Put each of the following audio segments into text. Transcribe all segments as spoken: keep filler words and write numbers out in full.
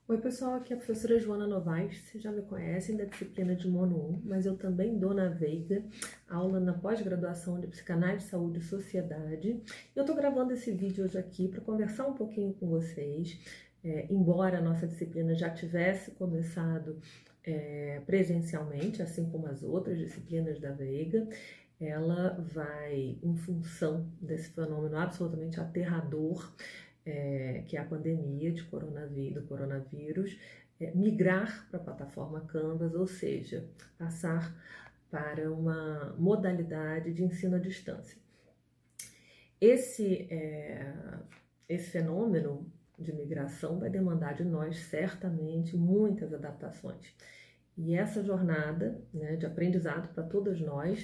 Oi pessoal, aqui é a professora Joana Novaes, vocês já me conhecem da disciplina de Mono um, mas eu também dou na Veiga, aula na pós-graduação de Psicanálise, Saúde e Sociedade. Eu tô gravando esse vídeo hoje aqui para conversar um pouquinho com vocês, é, embora a nossa disciplina já tivesse começado é, presencialmente, assim como as outras disciplinas da Veiga, ela vai, em função desse fenômeno absolutamente aterrador, É, que é a pandemia de coronavírus, do coronavírus, é, migrar para a plataforma Canvas, ou seja, passar para uma modalidade de ensino à distância. Esse, é, esse fenômeno de migração vai demandar de nós, certamente, muitas adaptações. E essa jornada, né, de aprendizado para todas nós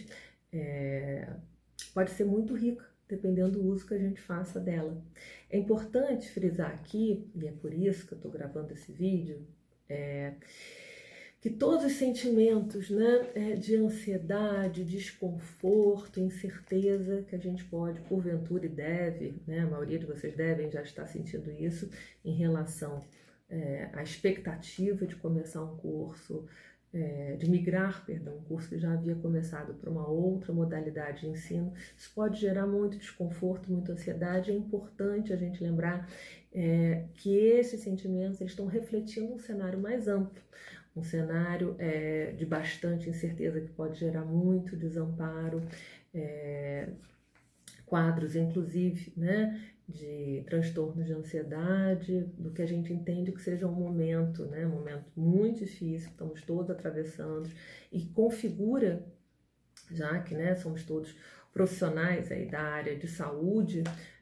é, pode ser muito rica, dependendo do uso que a gente faça dela. É importante frisar aqui, e é por isso que eu estou gravando esse vídeo, é, que todos os sentimentos, né, de ansiedade, desconforto, incerteza que a gente pode, porventura e deve, né, a maioria de vocês devem já estar sentindo isso em relação é, à expectativa de começar um curso, É, de migrar, perdão, um curso que já havia começado para uma outra modalidade de ensino. Isso pode gerar muito desconforto, muita ansiedade. É importante a gente lembrar é, que esses sentimentos eles estão refletindo um cenário mais amplo, um cenário é, de bastante incerteza que pode gerar muito desamparo, é, quadros, inclusive, né, de transtornos de ansiedade, do que a gente entende que seja um momento, né, um momento muito difícil, que estamos todos atravessando, e configura, já que, né, somos todos profissionais aí da área de saúde,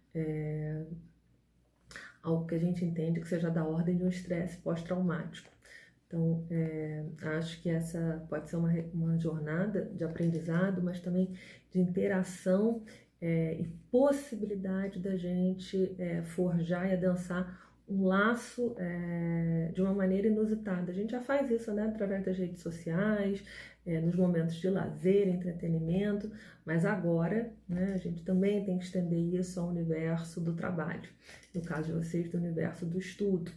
é, algo que a gente entende que seja da ordem de um estresse pós-traumático. Então, é, acho que essa pode ser uma, uma jornada de aprendizado, mas também de interação é, e possibilidade da gente é, forjar e adensar um laço é, de uma maneira inusitada. A gente já faz isso, né, através das redes sociais, é, nos momentos de lazer, entretenimento, mas agora, né, a gente também tem que estender isso ao universo do trabalho, no caso de vocês, do universo do estudo.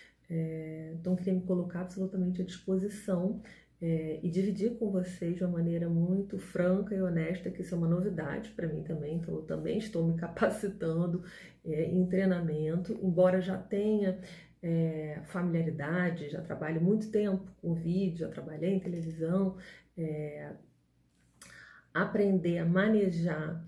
É, então, queria me colocar absolutamente à disposição é, e dividir com vocês de uma maneira muito franca e honesta, que isso é uma novidade para mim também, então eu também estou me capacitando é, em treinamento, embora já tenha é, familiaridade, já trabalho muito tempo com vídeo, já trabalhei em televisão, é, aprender a manejar,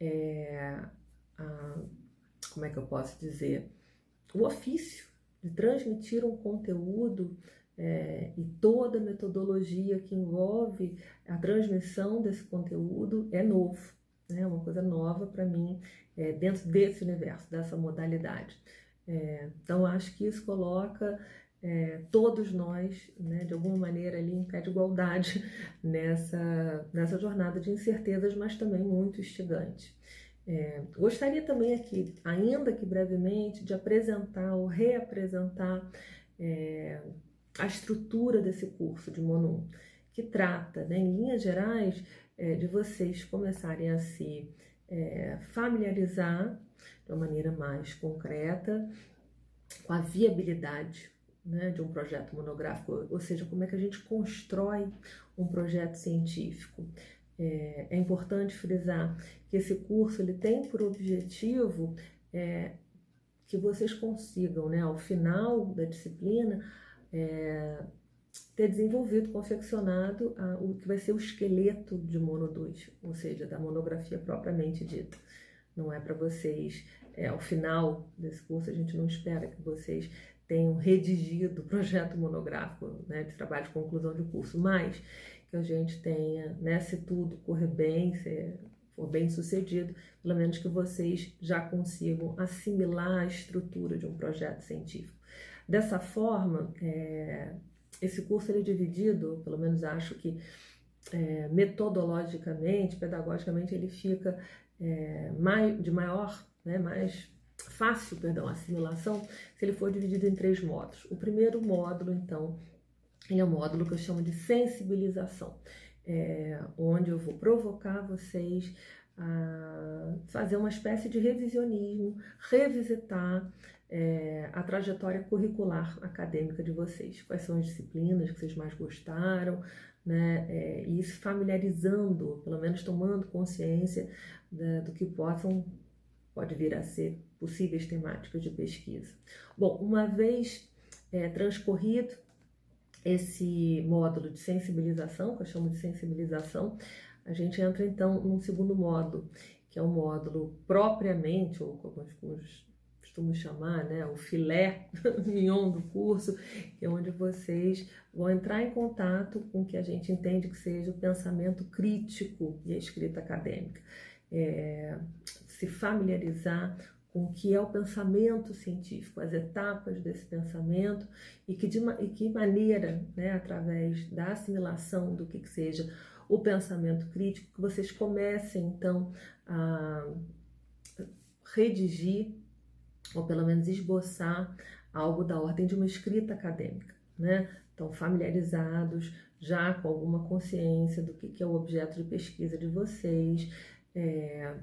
é, a, como é que eu posso dizer, o ofício de transmitir um conteúdo é, e toda a metodologia que envolve a transmissão desse conteúdo é novo, né? É uma coisa nova para mim é, dentro desse universo, dessa modalidade. É, então, acho que isso coloca é, todos nós, né, de alguma maneira, ali em pé de igualdade nessa, nessa jornada de incertezas, mas também muito instigante. É, gostaria também aqui, ainda que brevemente, de apresentar ou reapresentar é, a estrutura desse curso de Mono um, que trata, né, em linhas gerais, é, de vocês começarem a se é, familiarizar de uma maneira mais concreta com a viabilidade, né, de um projeto monográfico, ou seja, como é que a gente constrói um projeto científico. É, é importante frisar que esse curso ele tem por objetivo é, que vocês consigam, né, ao final da disciplina, é, ter desenvolvido, confeccionado a, o que vai ser o esqueleto de Mono dois, ou seja, da monografia propriamente dita. Não é para vocês, é, ao final desse curso, a gente não espera que vocês tenham redigido o projeto monográfico, né, de trabalho de conclusão de curso, mas que a gente tenha, né, se tudo correr bem, se for bem sucedido, pelo menos que vocês já consigam assimilar a estrutura de um projeto científico. Dessa forma, é, esse curso ele é dividido, pelo menos acho que é, metodologicamente, pedagogicamente, ele fica é, mais, de maior, né, mais fácil, perdão, assimilação, se ele for dividido em três módulos. O primeiro módulo, então, ele é um módulo que eu chamo de sensibilização, é, onde eu vou provocar vocês a fazer uma espécie de revisionismo, revisitar é, a trajetória curricular acadêmica de vocês. Quais são as disciplinas que vocês mais gostaram, né? É, e se familiarizando, pelo menos tomando consciência né, do que possam, pode vir a ser possíveis temáticas de pesquisa. Bom, uma vez é, transcorrido esse módulo de sensibilização, que eu chamo de sensibilização, a gente entra então num segundo módulo, que é o módulo propriamente, ou como alguns costumam chamar, né, o filé mignon do curso, que é onde vocês vão entrar em contato com o que a gente entende que seja o pensamento crítico e a escrita acadêmica. É, se familiarizar com o que é o pensamento científico, as etapas desse pensamento e que, de, e que maneira, né, através da assimilação do que, que seja o pensamento crítico, que vocês comecem, então, a redigir, ou pelo menos esboçar, algo da ordem de uma escrita acadêmica, né? Então, familiarizados, já com alguma consciência do que, que é o objeto de pesquisa de vocês, é,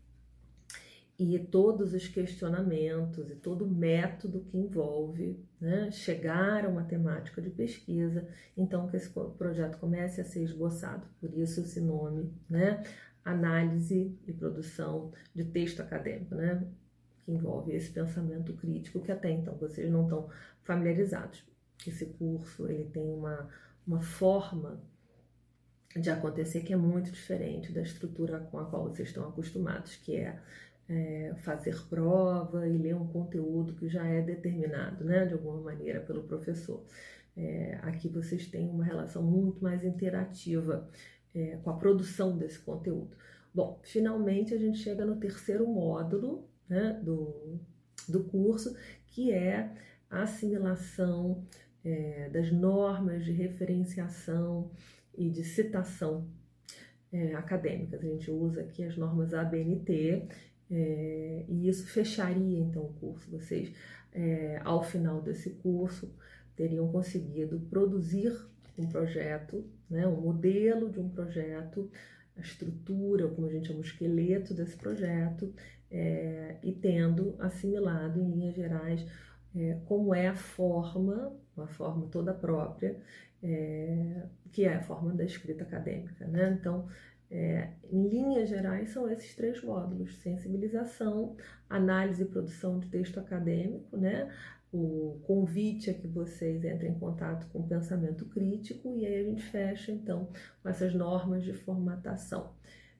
e todos os questionamentos e todo o método que envolve, né, chegar a uma temática de pesquisa, então que esse projeto comece a ser esboçado. Por isso esse nome, né, análise e produção de texto acadêmico, né, que envolve esse pensamento crítico que até então vocês não estão familiarizados. Esse curso ele tem uma, uma forma de acontecer que é muito diferente da estrutura com a qual vocês estão acostumados, que é É, fazer prova e ler um conteúdo que já é determinado, né, de alguma maneira pelo professor. É, aqui vocês têm uma relação muito mais interativa é, com a produção desse conteúdo. Bom, finalmente a gente chega no terceiro módulo, né, do, do curso, que é a assimilação é, das normas de referenciação e de citação é, acadêmicas. A gente usa aqui as normas A B N T, É, e isso fecharia então o curso. Vocês, é, ao final desse curso, teriam conseguido produzir um projeto, né, um modelo de um projeto, a estrutura, como a gente chama, o esqueleto desse projeto, é, e tendo assimilado em linhas gerais é, como é a forma, uma forma toda própria, é, que é a forma da escrita acadêmica, né? Então, É, em linhas gerais, são esses três módulos: sensibilização, análise e produção de texto acadêmico, né? O convite é que vocês entrem em contato com o pensamento crítico, e aí a gente fecha, então, com essas normas de formatação.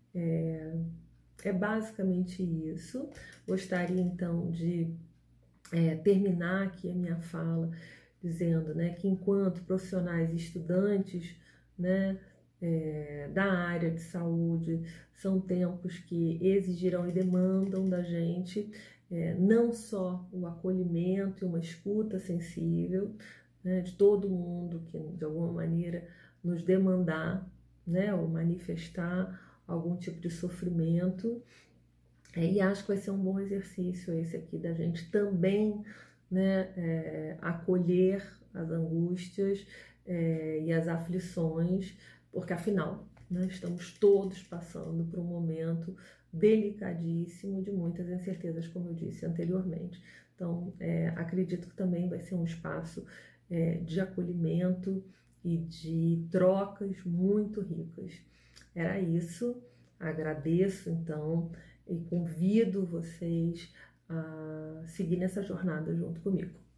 É, é basicamente isso. Gostaria, então, de é, terminar aqui a minha fala dizendo, né, que enquanto profissionais e estudantes, né, É, da área de saúde, são tempos que exigirão e demandam da gente é, não só o acolhimento e uma escuta sensível, né, de todo mundo que de alguma maneira nos demandar, né, ou manifestar algum tipo de sofrimento, é, e acho que vai ser um bom exercício esse aqui da gente também, né, é, acolher as angústias é, e as aflições, porque afinal, né, estamos todos passando por um momento delicadíssimo de muitas incertezas, como eu disse anteriormente. Então, é, acredito que também vai ser um espaço é, de acolhimento e de trocas muito ricas. Era isso, agradeço então e convido vocês a seguir nessa jornada junto comigo.